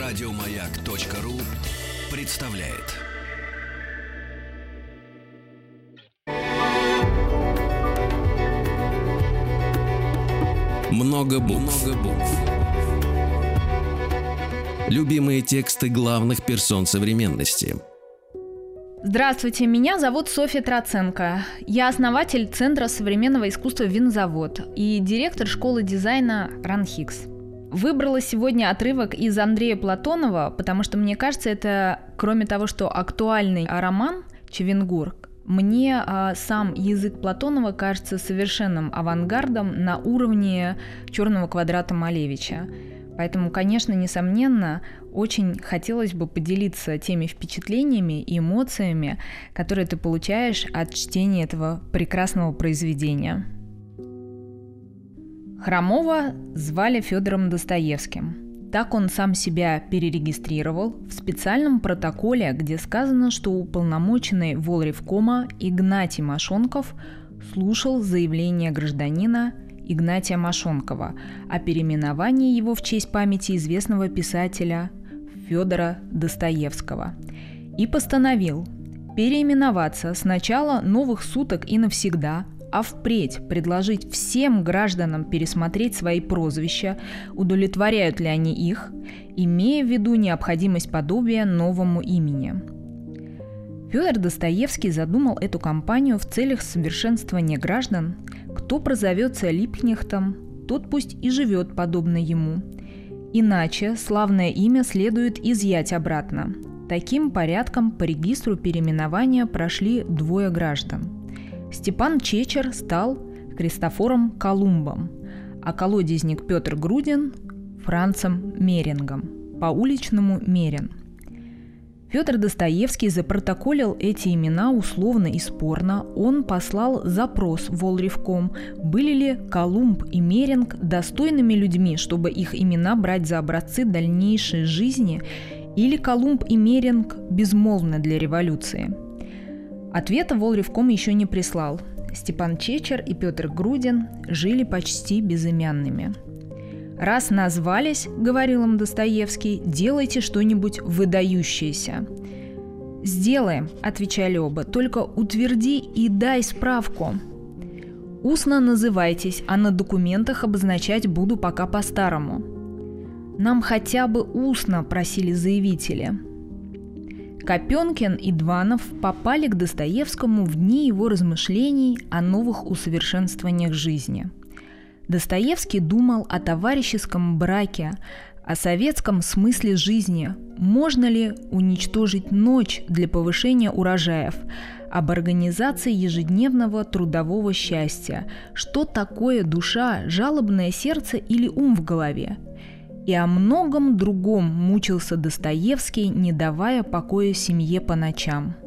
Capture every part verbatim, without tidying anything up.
Радиомаяк.ру представляет. Много букв. Много букв. Любимые тексты главных персон современности. Здравствуйте, меня зовут Софья Троценко. Я основатель Центра современного искусства «Винзавод» и директор школы дизайна «Ранхикс». Выбрала сегодня отрывок из Андрея Платонова, потому что, мне кажется, это, кроме того, что актуальный роман «Чавенгур», мне а, сам язык Платонова кажется совершенным авангардом на уровне «Черного квадрата» Малевича. Поэтому, конечно, несомненно, очень хотелось бы поделиться теми впечатлениями и эмоциями, которые ты получаешь от чтения этого прекрасного произведения. Хромова звали Федором Достоевским. Так он сам себя перерегистрировал в специальном протоколе, где сказано, что уполномоченный волревкома Игнатий Мошонков слушал заявление гражданина Игнатия Мошонкова о переименовании его в честь памяти известного писателя Федора Достоевского и постановил переименоваться сначала новых суток и навсегда, а впредь предложить всем гражданам пересмотреть свои прозвища, удовлетворяют ли они их, имея в виду необходимость подобия новому имени. Федор Достоевский задумал эту кампанию в целях совершенствования граждан. Кто прозовется Липкнехтом, тот пусть и живет подобно ему. Иначе славное имя следует изъять обратно. Таким порядком по регистру переименования прошли двое граждан. Степан Чечер стал Христофором Колумбом, а колодезник Петр Грудин – Францем Мерингом, по-уличному Мерин. Федор Достоевский запротоколил эти имена условно и спорно. Он послал запрос в волревком, были ли Колумб и Меринг достойными людьми, чтобы их имена брать за образцы дальнейшей жизни, или Колумб и Меринг безмолвны для революции. Ответа волревком еще не прислал. Степан Чечер и Петр Грудин жили почти безымянными. «Раз назвались, — говорил им Достоевский, — делайте что-нибудь выдающееся». «Сделаем, — отвечали оба, — только утверди и дай справку». «Устно называйтесь, а на документах обозначать буду пока по-старому». «Нам хотя бы устно, — просили заявители». Копенкин и Дванов попали к Достоевскому в дни его размышлений о новых усовершенствованиях жизни. Достоевский думал о товарищеском браке, о советском смысле жизни, можно ли уничтожить ночь для повышения урожаев, об организации ежедневного трудового счастья, что такое душа, жалобное сердце или ум в голове. И о многом другом мучился Достоевский, не давая покоя семье по ночам.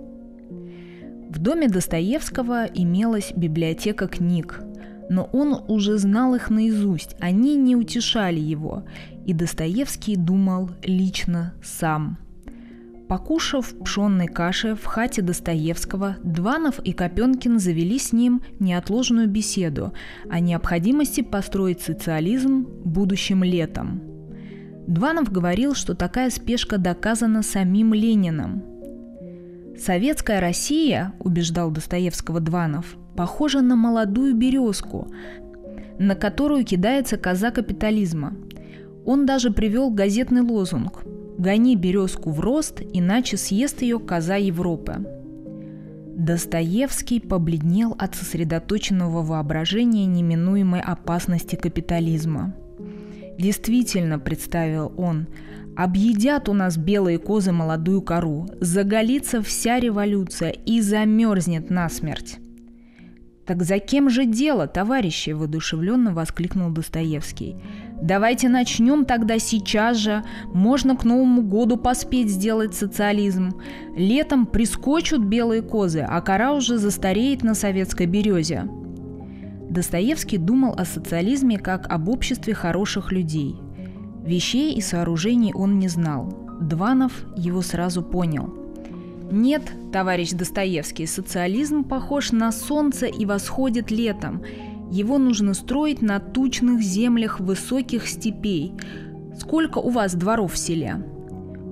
В доме Достоевского имелась библиотека книг, но он уже знал их наизусть, они не утешали его, и Достоевский думал лично сам. Покушав пшенной каши в хате Достоевского, Дванов и Копенкин завели с ним неотложную беседу о необходимости построить социализм будущим летом. Дванов говорил, что такая спешка доказана самим Лениным. «Советская Россия, — убеждал Достоевского Дванов, — похожа на молодую березку, на которую кидается коза капитализма». Он даже привел газетный лозунг «Гони березку в рост, иначе съест ее коза Европы». Достоевский побледнел от сосредоточенного воображения неминуемой опасности капитализма. Действительно, представил он, объедят у нас белые козы молодую кору, заголится вся революция и замерзнет насмерть. «Так за кем же дело, товарищи?» – воодушевленно воскликнул Достоевский. «Давайте начнем тогда сейчас же. Можно к Новому году поспеть сделать социализм. Летом прискочут белые козы, а кора уже застареет на советской березе». Достоевский думал о социализме как об обществе хороших людей. Вещей и сооружений он не знал. Дванов его сразу понял. «Нет, товарищ Достоевский, социализм похож на солнце и восходит летом. Его нужно строить на тучных землях высоких степей. Сколько у вас дворов в селе?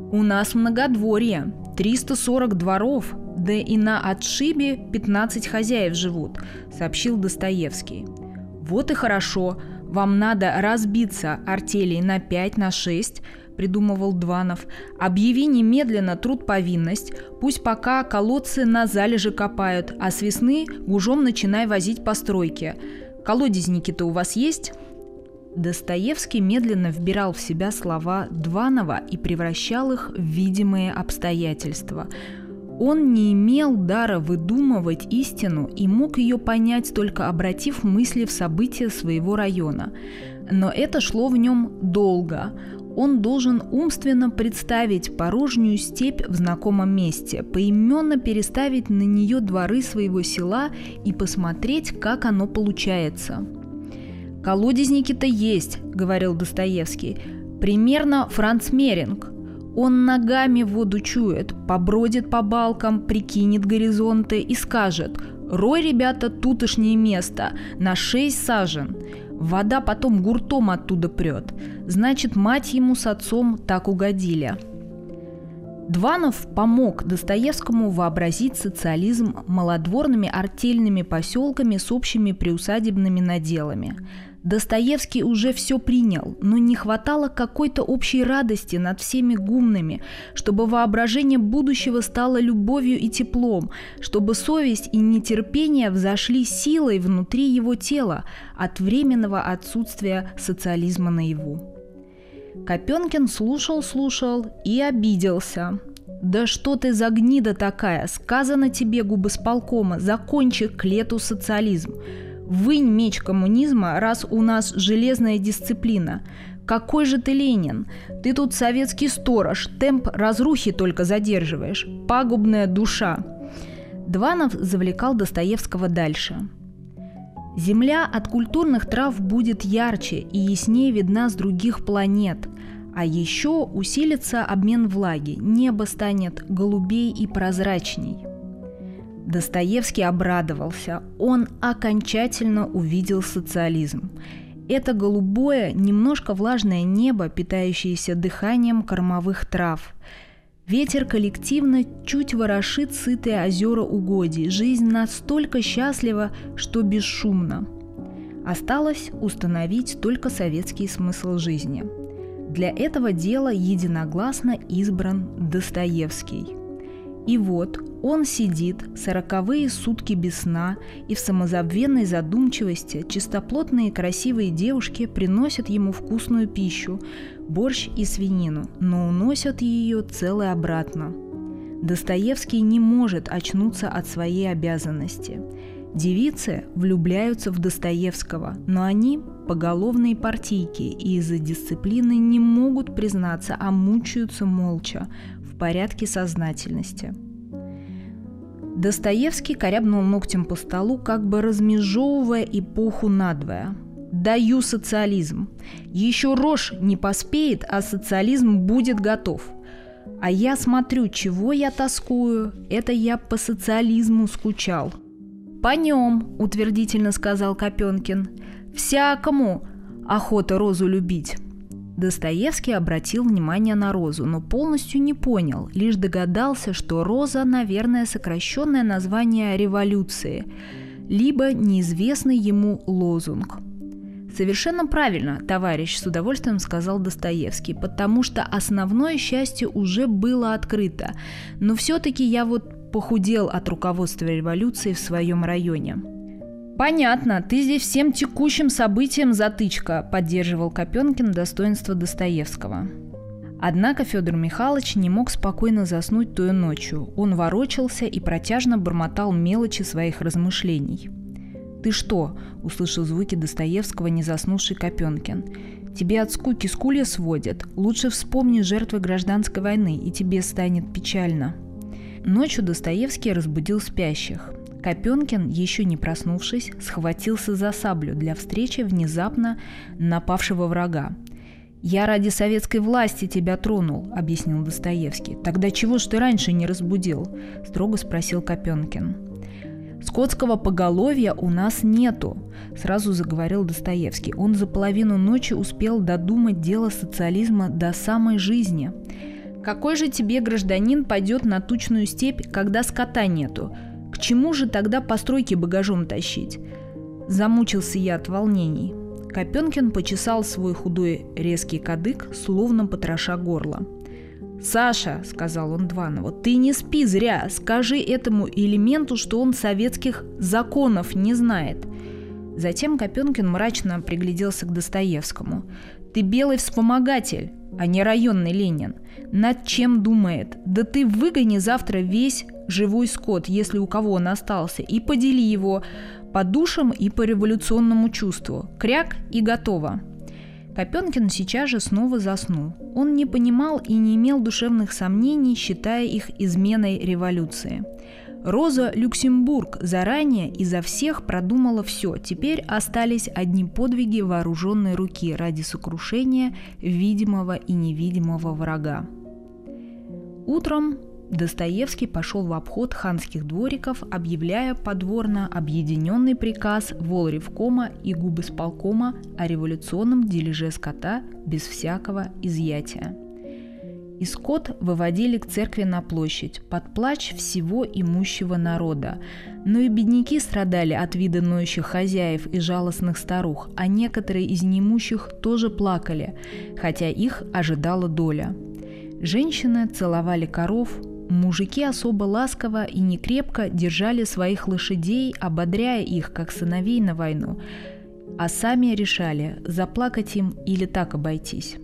У нас многодворье, триста сорок дворов, да и на отшибе пятнадцать хозяев живут, сообщил Достоевский. Вот и хорошо, вам надо разбиться артелей на пять, на шесть, придумывал Дванов. Объяви немедленно труд-повинность, пусть пока колодцы на залежи копают, а с весны гужом начинай возить по стройке. Колодезники-то у вас есть? Достоевский медленно вбирал в себя слова Дванова и превращал их в видимые обстоятельства. Он не имел дара выдумывать истину и мог ее понять, только обратив мысли в события своего района. Но это шло в нем долго. Он должен умственно представить порожнюю степь в знакомом месте, поименно переставить на нее дворы своего села и посмотреть, как оно получается. «Колодезники-то есть», — говорил Достоевский. «Примерно Франц Меринг. Он ногами воду чует, побродит по балкам, прикинет горизонты и скажет: «Рой, ребята, тутошнее место, на шесть сажен». Вода потом гуртом оттуда прет. Значит, мать ему с отцом так угодили. Дванов помог Достоевскому вообразить социализм малодворными артельными поселками с общими приусадебными наделами. Достоевский уже все принял, но не хватало какой-то общей радости над всеми гумными, чтобы воображение будущего стало любовью и теплом, чтобы совесть и нетерпение взошли силой внутри его тела от временного отсутствия социализма наяву. Копенкин слушал-слушал и обиделся. «Да что ты за гнида такая? Сказано тебе, губосполкома, закончи к лету социализм. Вынь меч коммунизма, раз у нас железная дисциплина. Какой же ты Ленин? Ты тут советский сторож, темп разрухи только задерживаешь. Пагубная душа». Дванов завлекал Достоевского дальше. «Земля от культурных трав будет ярче и яснее видна с других планет. А еще усилится обмен влаги, небо станет голубей и прозрачней». Достоевский обрадовался. Он окончательно увидел социализм. Это голубое, немножко влажное небо, питающееся дыханием кормовых трав. Ветер коллективно чуть ворошит сытые озера угодий. Жизнь настолько счастлива, что бесшумно. Осталось установить только советский смысл жизни. Для этого дела единогласно избран Достоевский. И вот он сидит сороковые сутки без сна, и в самозабвенной задумчивости чистоплотные красивые девушки приносят ему вкусную пищу – борщ и свинину, но уносят ее целой обратно. Достоевский не может очнуться от своей обязанности. Девицы влюбляются в Достоевского, но они – поголовные партийки и из-за дисциплины не могут признаться, а мучаются молча, в порядке сознательности. Достоевский корябнул ногтем по столу, как бы размежевывая эпоху надвое. «Даю социализм. Еще рожь не поспеет, а социализм будет готов. А я смотрю, чего я тоскую, это я по социализму скучал». «По нем», — утвердительно сказал Копенкин. «Всякому охота розу любить». Достоевский обратил внимание на розу, но полностью не понял, лишь догадался, что роза, наверное, сокращенное название революции, либо неизвестный ему лозунг. «Совершенно правильно, товарищ», — с удовольствием сказал Достоевский, «потому что основное счастье уже было открыто, но все-таки я вот похудел от руководства революции в своем районе». «Понятно, ты здесь всем текущим событиям затычка», – поддерживал Копенкин достоинство Достоевского. Однако Федор Михайлович не мог спокойно заснуть той ночью. Он ворочался и протяжно бормотал мелочи своих размышлений. «Ты что?» – услышал звуки Достоевского не заснувший Копенкин. «Тебе от скуки скулья сводят. Лучше вспомни жертвы гражданской войны, и тебе станет печально». Ночью Достоевский разбудил спящих. Копенкин, еще не проснувшись, схватился за саблю для встречи внезапно напавшего врага. «Я ради советской власти тебя тронул», — объяснил Достоевский. «Тогда чего ж ты раньше не разбудил?» — строго спросил Копенкин. «Скотского поголовья у нас нету», — сразу заговорил Достоевский. Он за половину ночи успел додумать дело социализма до самой жизни. Какой же тебе гражданин пойдет на тучную степь, когда скота нету? К чему же тогда постройки багажом тащить? Замучился я от волнений. Копенкин почесал свой худой резкий кадык, словно потроша горло. «Саша», — сказал он Дванову, — «ты не спи зря, скажи этому элементу, что он советских законов не знает». Затем Копенкин мрачно пригляделся к Достоевскому. «Ты белый вспомогатель, а не районный Ленин. Над чем думает? Да ты выгони завтра весь живой скот, если у кого он остался, и подели его по душам и по революционному чувству. Кряк и готово». Копенкин сейчас же снова заснул. Он не понимал и не имел душевных сомнений, считая их изменой революции. Роза Люксембург заранее и за всех продумала все. Теперь остались одни подвиги вооруженной руки ради сокрушения видимого и невидимого врага. Утром Достоевский пошел в обход ханских двориков, объявляя подворно объединенный приказ Волревкома и губисполкома о революционном дележе скота без всякого изъятия. И скот выводили к церкви на площадь, под плач всего имущего народа. Но и бедняки страдали от вида ноющих хозяев и жалостных старух, а некоторые из неимущих тоже плакали, хотя их ожидала доля. Женщины целовали коров, мужики особо ласково и некрепко держали своих лошадей, ободряя их, как сыновей на войну, а сами решали, заплакать им или так обойтись.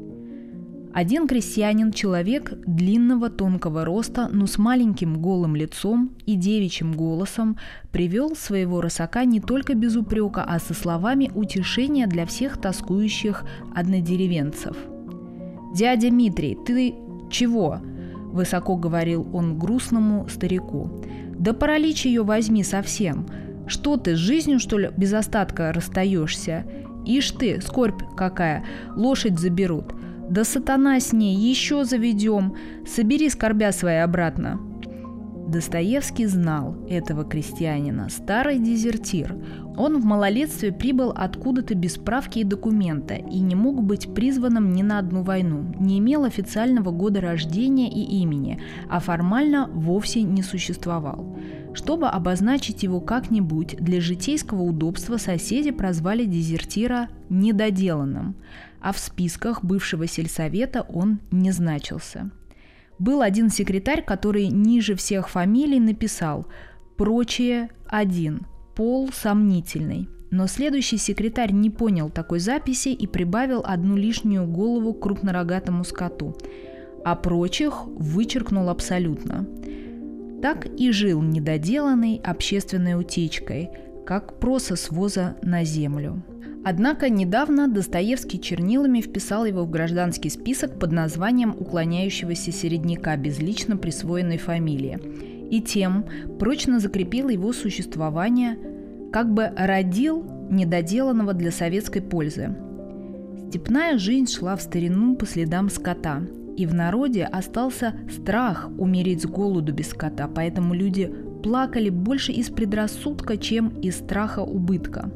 Один крестьянин, человек длинного тонкого роста, но с маленьким голым лицом и девичьим голосом, привел своего рысака не только без упрека, а со словами утешения для всех тоскующих однодеревенцев. «Дядя Митрий, ты чего?» – высоко говорил он грустному старику. «Да паралич ее возьми совсем. Что ты, с жизнью, что ли, без остатка расстаешься? Ишь ты, скорбь какая, лошадь заберут. Да сатана с ней, еще заведем. Собери скорбя свои обратно». Достоевский знал этого крестьянина, старый дезертир. Он в малолетстве прибыл откуда-то без справки и документа и не мог быть призванным ни на одну войну, не имел официального года рождения и имени, а формально вовсе не существовал. Чтобы обозначить его как-нибудь, для житейского удобства соседи прозвали дезертира «недоделанным», а в списках бывшего сельсовета он не значился. Был один секретарь, который ниже всех фамилий написал «Прочее один, пол сомнительный». Но следующий секретарь не понял такой записи и прибавил одну лишнюю голову к крупнорогатому скоту, а прочих вычеркнул абсолютно. Так и жил недоделанный общественной утечкой, как проса с воза на землю. Однако недавно Достоевский чернилами вписал его в гражданский список под названием уклоняющегося середняка без лично присвоенной фамилии, и тем прочно закрепил его существование, как бы родил недоделанного для советской пользы. Степная жизнь шла в старину по следам скота, и в народе остался страх умереть с голоду без скота, поэтому люди плакали больше из предрассудка, чем из страха убытка.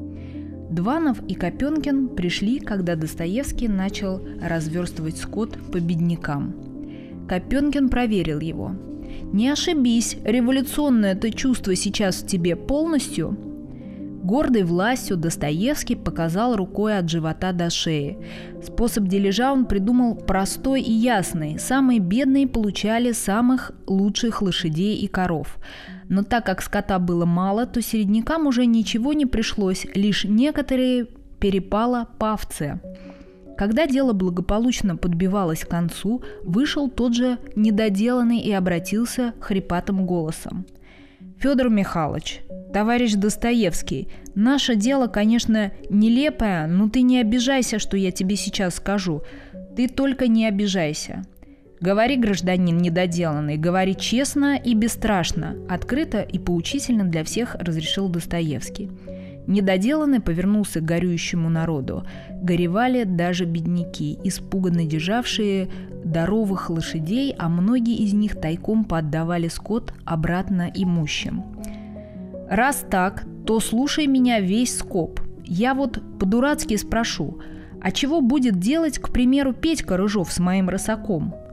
Дванов и Копенкин пришли, когда Достоевский начал разверстывать скот по беднякам. Копенкин проверил его. «Не ошибись, революционное-то чувство сейчас в тебе полностью?» Гордой властью Достоевский показал рукой от живота до шеи. Способ дележа он придумал простой и ясный. Самые бедные получали самых лучших лошадей и коров. Но так как скота было мало, то середнякам уже ничего не пришлось, лишь некоторые перепало по овце. Когда дело благополучно подбивалось к концу, вышел тот же недоделанный и обратился хрипатым голосом. «Федор Михайлович, товарищ Достоевский, наше дело, конечно, нелепое, но ты не обижайся, что я тебе сейчас скажу. Ты только не обижайся. Говори, гражданин недоделанный, говори честно и бесстрашно», открыто и поучительно для всех разрешил Достоевский. Недоделанный повернулся к горюющему народу. Горевали даже бедняки, испуганно державшие здоровых лошадей, а многие из них тайком поотдавали скот обратно имущим. «Раз так, то слушай меня весь скоп. Я вот по-дурацки спрошу, а чего будет делать, к примеру, Петька Рыжов с моим рысаком?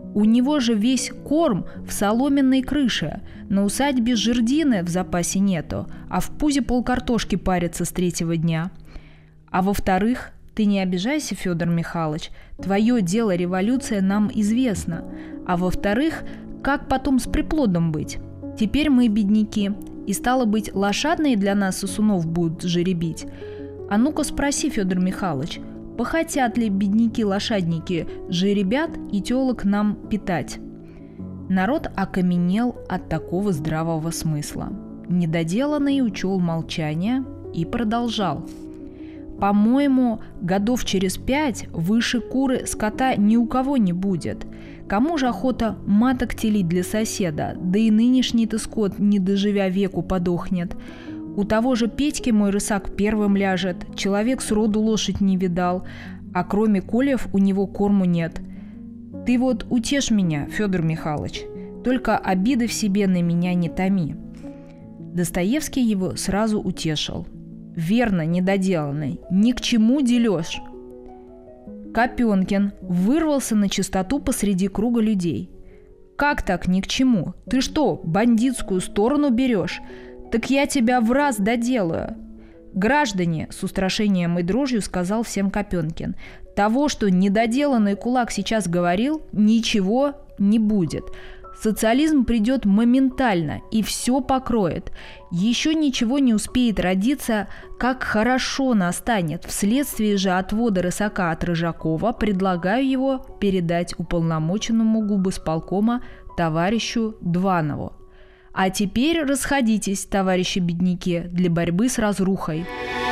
У него же весь корм в соломенной крыше. На усадьбе жердины в запасе нету, а в пузе полкартошки парится с третьего дня. А во-вторых, ты не обижайся, Федор Михайлович, твое дело революция нам известно. А во-вторых, как потом с приплодом быть? Теперь мы бедняки, и стало быть, лошадные для нас сосунов будут жеребить. А ну-ка спроси, Федор Михайлович, похотят ли бедняки-лошадники жеребят и телок нам питать? Народ окаменел от такого здравого смысла. Недоделанный учел молчание и продолжал. По-моему, годов через пять выше куры скота ни у кого не будет. Кому же охота маток телить для соседа, да и нынешний-то скот, не доживя веку, подохнет. У того же Петьки мой рысак первым ляжет, человек сроду лошадь не видал, а кроме колев у него корму нет. Ты вот утешь меня, Федор Михайлович, только обиды в себе на меня не томи. Достоевский его сразу утешил. Верно, недоделанный, ни к чему делешь. Копенкин вырвался на чистоту посреди круга людей. Как так ни к чему? Ты что, бандитскую сторону берешь? Так я тебя в раз доделаю. Граждане, с устрашением и дрожью сказал всем Копенкин, того, что недоделанный кулак сейчас говорил, ничего не будет. Социализм придет моментально и все покроет. Еще ничего не успеет родиться, как хорошо настанет. Вследствие же отвода рысака от Рыжакова предлагаю его передать уполномоченному губысполкома товарищу Дванову. А теперь расходитесь, товарищи бедняки, для борьбы с разрухой.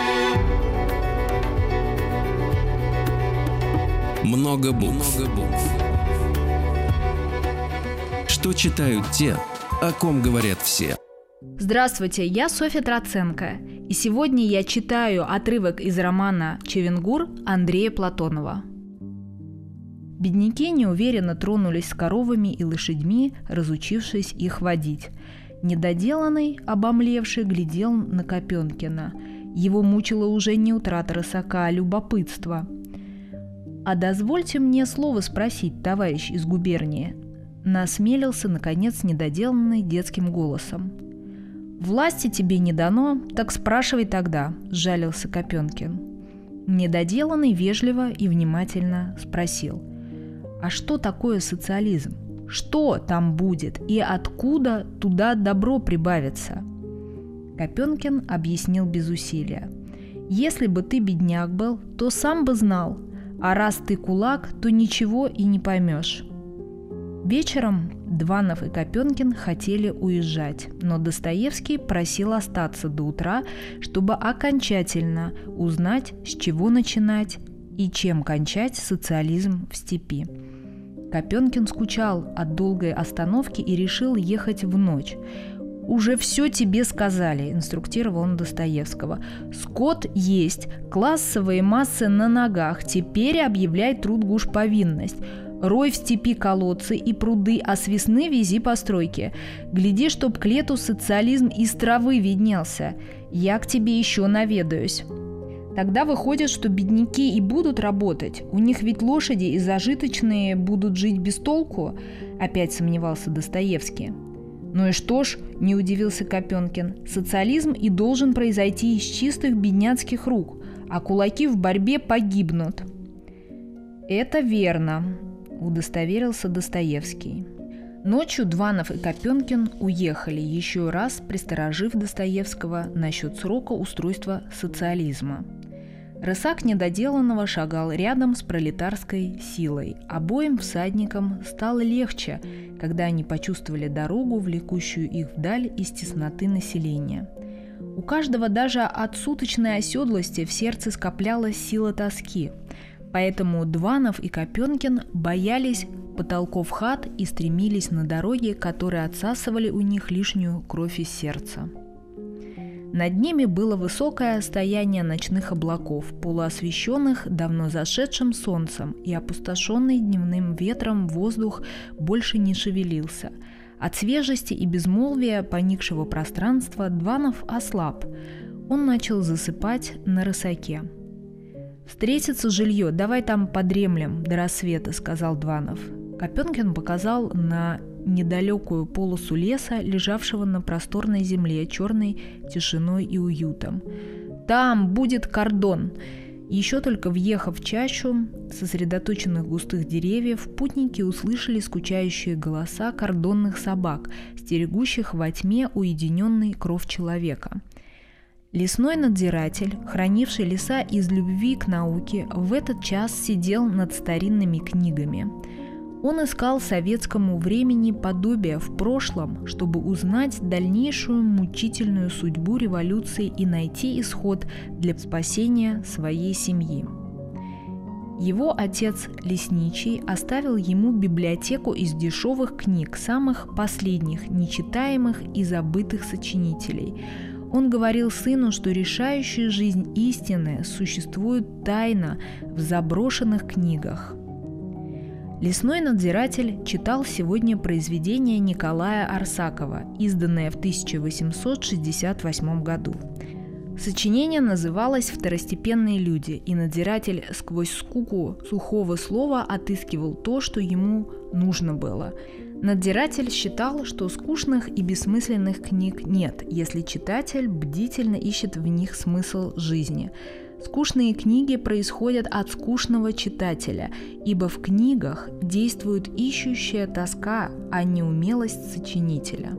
Много букв. Много букв. Что читают те, о ком говорят все. Здравствуйте, я Софья Троценко, и сегодня я читаю отрывок из романа «Чевенгур» Андрея Платонова. Бедняки неуверенно тронулись с коровами и лошадьми, разучившись их водить. Недоделанный, обомлевший, глядел на Копенкина. Его мучила уже не утрата рысака, а любопытство. «А дозвольте мне слово спросить, товарищ из губернии», насмелился, наконец, недоделанный детским голосом. «Власти тебе не дано, так спрашивай тогда», – сжалился Копенкин. Недоделанный вежливо и внимательно спросил: «А что такое социализм? Что там будет и откуда туда добро прибавится?» Копенкин объяснил без усилия. «Если бы ты бедняк был, то сам бы знал, а раз ты кулак, то ничего и не поймешь». Вечером Дванов и Копенкин хотели уезжать, но Достоевский просил остаться до утра, чтобы окончательно узнать, с чего начинать и чем кончать социализм в степи. Копенкин скучал от долгой остановки и решил ехать в ночь. «Уже все тебе сказали», – инструктировал он Достоевского. «Скот есть, классовые массы на ногах, теперь объявляй труд гушповинность. Рой в степи колодцы и пруды, а с весны вези постройки. Гляди, чтоб к лету социализм из травы виднелся. Я к тебе еще наведаюсь». Тогда выходит, что бедняки и будут работать. У них ведь лошади и зажиточные будут жить без толку, опять сомневался Достоевский. «Ну и что ж», – не удивился Копенкин, – «социализм и должен произойти из чистых бедняцких рук, а кулаки в борьбе погибнут». «Это верно», – удостоверился Достоевский. Ночью Дванов и Копенкин уехали, еще раз присторожив Достоевского насчет срока устройства социализма. Рысак недоделанного шагал рядом с пролетарской силой. Обоим всадникам стало легче, когда они почувствовали дорогу, влекущую их вдаль из тесноты населения. У каждого даже от суточной оседлости в сердце скоплялась сила тоски. Поэтому Дванов и Копенкин боялись потолков хат и стремились на дороги, которые отсасывали у них лишнюю кровь из сердца. Над ними было высокое стояние ночных облаков, полуосвещенных давно зашедшим солнцем, и опустошенный дневным ветром воздух больше не шевелился. От свежести и безмолвия поникшего пространства Дванов ослаб. Он начал засыпать на рысаке. «Встретится жилье, давай там подремлем до рассвета», — сказал Дванов. Копенкин показал на недалекую полосу леса, лежавшего на просторной земле, черной тишиной и уютом. «Там будет кордон!» Еще только въехав в чащу сосредоточенных густых деревьев, путники услышали скучающие голоса кордонных собак, стерегущих во тьме уединенный кров человека. Лесной надзиратель, хранивший леса из любви к науке, в этот час сидел над старинными книгами. Он искал советскому времени подобие в прошлом, чтобы узнать дальнейшую мучительную судьбу революции и найти исход для спасения своей семьи. Его отец Лесничий оставил ему библиотеку из дешевых книг, самых последних, нечитаемых и забытых сочинителей. Он говорил сыну, что решающая жизнь истины существует тайно в заброшенных книгах. Лесной надзиратель читал сегодня произведение Николая Арсакова, изданное в тысяча восемьсот шестьдесят восьмом году. Сочинение называлось «Второстепенные люди», и надзиратель сквозь скуку сухого слова отыскивал то, что ему нужно было. Надзиратель считал, что скучных и бессмысленных книг нет, если читатель бдительно ищет в них смысл жизни. Скучные книги происходят от скучного читателя, ибо в книгах действует ищущая тоска, а не умелость сочинителя.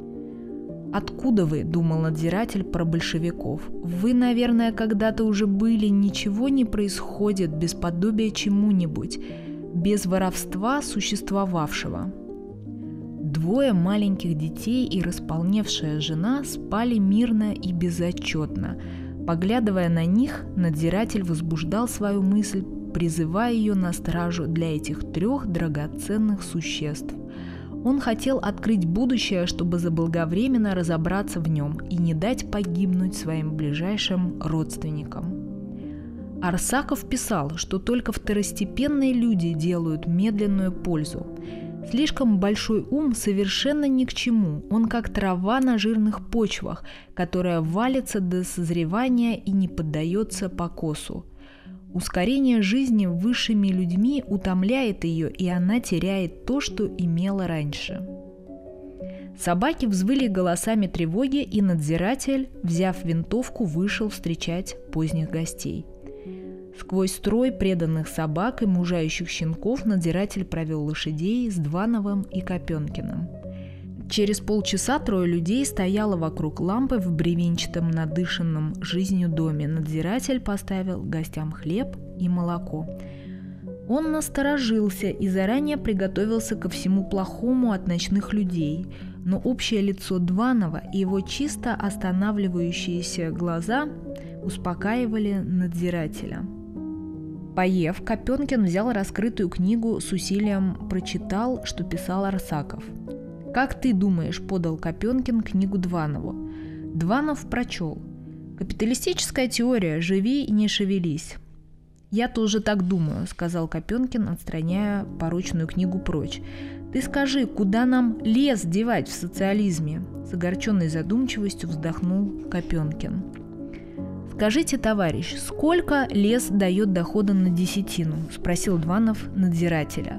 «Откуда вы?» – думал надзиратель про большевиков. «Вы, наверное, когда-то уже были, ничего не происходит без подобия чему-нибудь, без воровства существовавшего». Двое маленьких детей и располневшая жена спали мирно и безотчетно. Поглядывая на них, надзиратель возбуждал свою мысль, призывая ее на стражу для этих трех драгоценных существ. Он хотел открыть будущее, чтобы заблаговременно разобраться в нем и не дать погибнуть своим ближайшим родственникам. Арсаков писал, что только второстепенные люди делают медленную пользу. Слишком большой ум совершенно ни к чему, он как трава на жирных почвах, которая валится до созревания и не поддается покосу. Ускорение жизни высшими людьми утомляет ее, и она теряет то, что имела раньше. Собаки взвыли голосами тревоги, и надзиратель, взяв винтовку, вышел встречать поздних гостей. Сквозь строй преданных собак и мужающих щенков надзиратель провел лошадей с Двановым и Копенкиным. Через полчаса трое людей стояло вокруг лампы в бревенчатом, надышанном жизнью доме. Надзиратель поставил гостям хлеб и молоко. Он насторожился и заранее приготовился ко всему плохому от ночных людей, но общее лицо Дванова и его чисто останавливающиеся глаза успокаивали надзирателя. Поев, Копенкин взял раскрытую книгу, с усилием прочитал, что писал Арсаков. «Как ты думаешь?» – подал Копенкин книгу Дванову. Дванов прочел. «Капиталистическая теория. Живи и не шевелись». «Я тоже так думаю», – сказал Копенкин, отстраняя порочную книгу прочь. «Ты скажи, куда нам лес девать в социализме?» С огорченной задумчивостью вздохнул Копенкин. «Скажите, товарищ, сколько лес дает дохода на десятину?» – спросил Дванов надзирателя.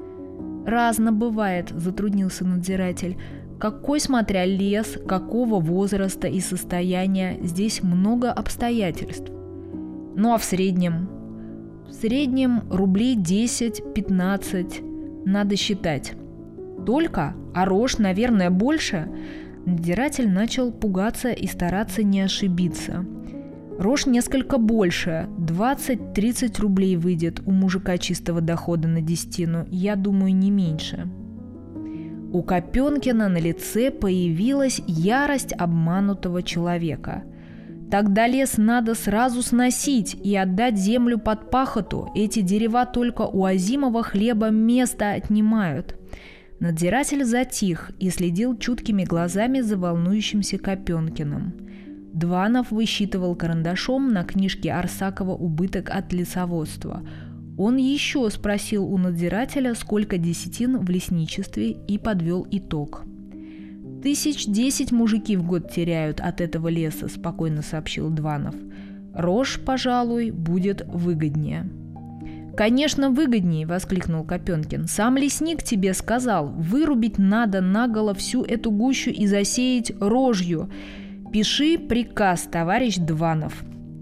«Разно бывает», – затруднился надзиратель. «Какой, смотря лес, какого возраста и состояния, здесь много обстоятельств». «Ну а в среднем?» «В среднем рублей десять-пятнадцать. Надо считать». «Только? А рожь, наверное, больше?» Надзиратель начал пугаться и стараться не ошибиться. «Рожь несколько больше, двадцать-тридцать рублей выйдет у мужика чистого дохода на десятину, я думаю, не меньше». У Копенкина на лице появилась ярость обманутого человека. «Тогда лес надо сразу сносить и отдать землю под пахоту, эти дерева только у озимого хлеба место отнимают». Надзиратель затих и следил чуткими глазами за волнующимся Копенкиным. Дванов высчитывал карандашом на книжке Арсакова убыток от лесоводства. Он еще спросил у надзирателя, сколько десятин в лесничестве, и подвел итог. «Тысяч десять мужики в год теряют от этого леса», – спокойно сообщил Дванов. «Рожь, пожалуй, будет выгоднее». «Конечно, выгоднее!» – воскликнул Копенкин. «Сам лесник тебе сказал, вырубить надо наголо всю эту гущу и засеять рожью. Пиши приказ, товарищ Дванов».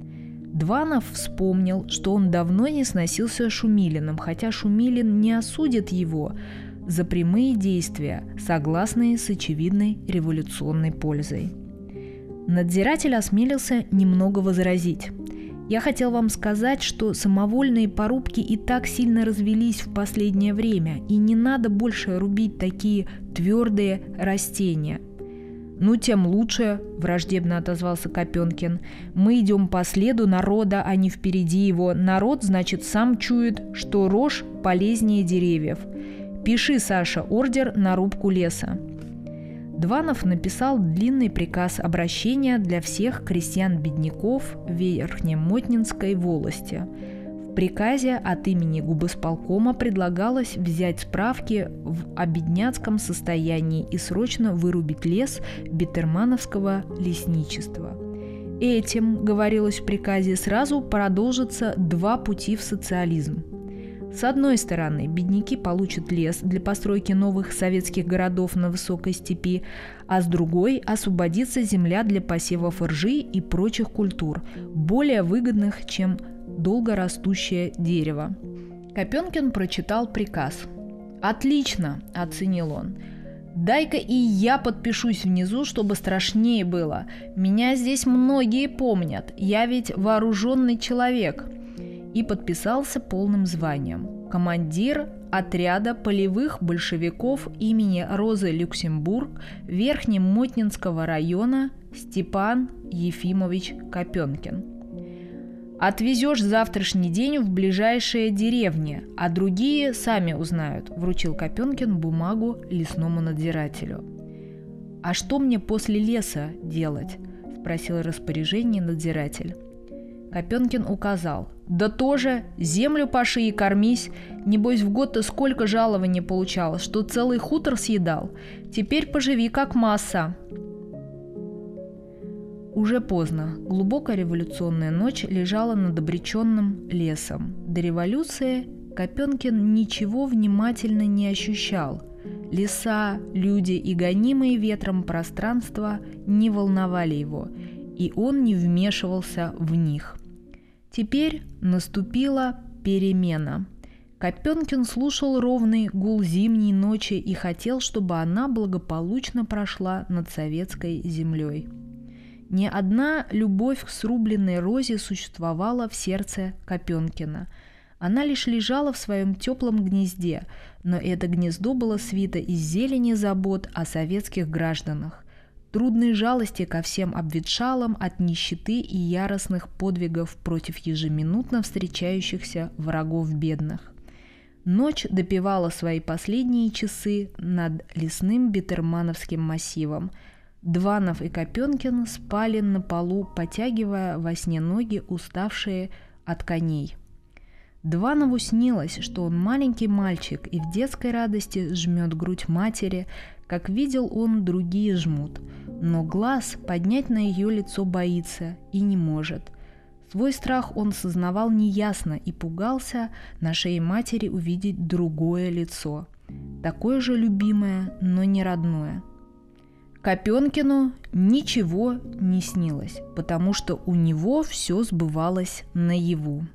Дванов вспомнил, что он давно не сносился с Шумилиным, хотя Шумилин не осудит его за прямые действия, согласные с очевидной революционной пользой. Надзиратель осмелился немного возразить. «Я хотел вам сказать, что самовольные порубки и так сильно развелись в последнее время, и не надо больше рубить такие твердые растения». «Ну, тем лучше», – враждебно отозвался Копенкин. «Мы идем по следу народа, а не впереди его. Народ, значит, сам чует, что рожь полезнее деревьев. Пиши, Саша, ордер на рубку леса». Дванов написал длинный приказ обращения для всех крестьян-бедняков Верхнемотнинской волости. В приказе от имени губосполкома предлагалось взять справки в обедняцком состоянии и срочно вырубить лес Беттермановского лесничества. Этим, говорилось в приказе, сразу продолжатся два пути в социализм. С одной стороны, бедняки получат лес для постройки новых советских городов на высокой степи, а с другой освободится земля для посевов ржи и прочих культур, более выгодных, чем долгорастущее дерево. Копенкин прочитал приказ. «Отлично!» – оценил он. «Дай-ка и я подпишусь внизу, чтобы страшнее было. Меня здесь многие помнят, я ведь вооруженный человек». И подписался полным званием. Командир отряда полевых большевиков имени Розы Люксембург Верхнемотнинского района Степан Ефимович Копенкин. «Отвезешь завтрашний день в ближайшие деревни, а другие сами узнают», – вручил Копенкин бумагу лесному надзирателю. «А что мне после леса делать?» – спросил распоряжение надзиратель. Копенкин указал. «Да тоже, землю паши и кормись. Небось, в год-то сколько жалований получал, что целый хутор съедал. Теперь поживи как масса». Уже поздно. Глубокая революционная ночь лежала над обреченным лесом. До революции Копенкин ничего внимательно не ощущал. Леса, люди и гонимые ветром пространства не волновали его, и он не вмешивался в них. Теперь наступила перемена. Копенкин слушал ровный гул зимней ночи и хотел, чтобы она благополучно прошла над советской землей. Не одна любовь к срубленной розе существовала в сердце Копенкина. Она лишь лежала в своем теплом гнезде, но это гнездо было свито из зелени забот о советских гражданах, трудной жалости ко всем обветшалым от нищеты и яростных подвигов против ежеминутно встречающихся врагов бедных. Ночь допевала свои последние часы над лесным Беттермановским массивом. Дванов и Копенкин спали на полу, потягивая во сне ноги, уставшие от коней. Дванову снилось, что он маленький мальчик и в детской радости жмет грудь матери, как видел он, другие жмут, но глаз поднять на ее лицо боится и не может. Свой страх он сознавал неясно и пугался на шее матери увидеть другое лицо, такое же любимое, но не родное. Копенкину ничего не снилось, потому что у него все сбывалось наяву.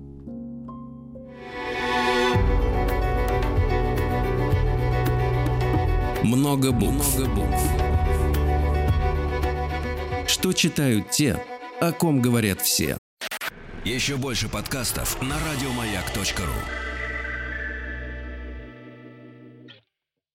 Много букв. Много букв. Что читают те, о ком говорят все. Еще больше подкастов на радиомаяк точка ру.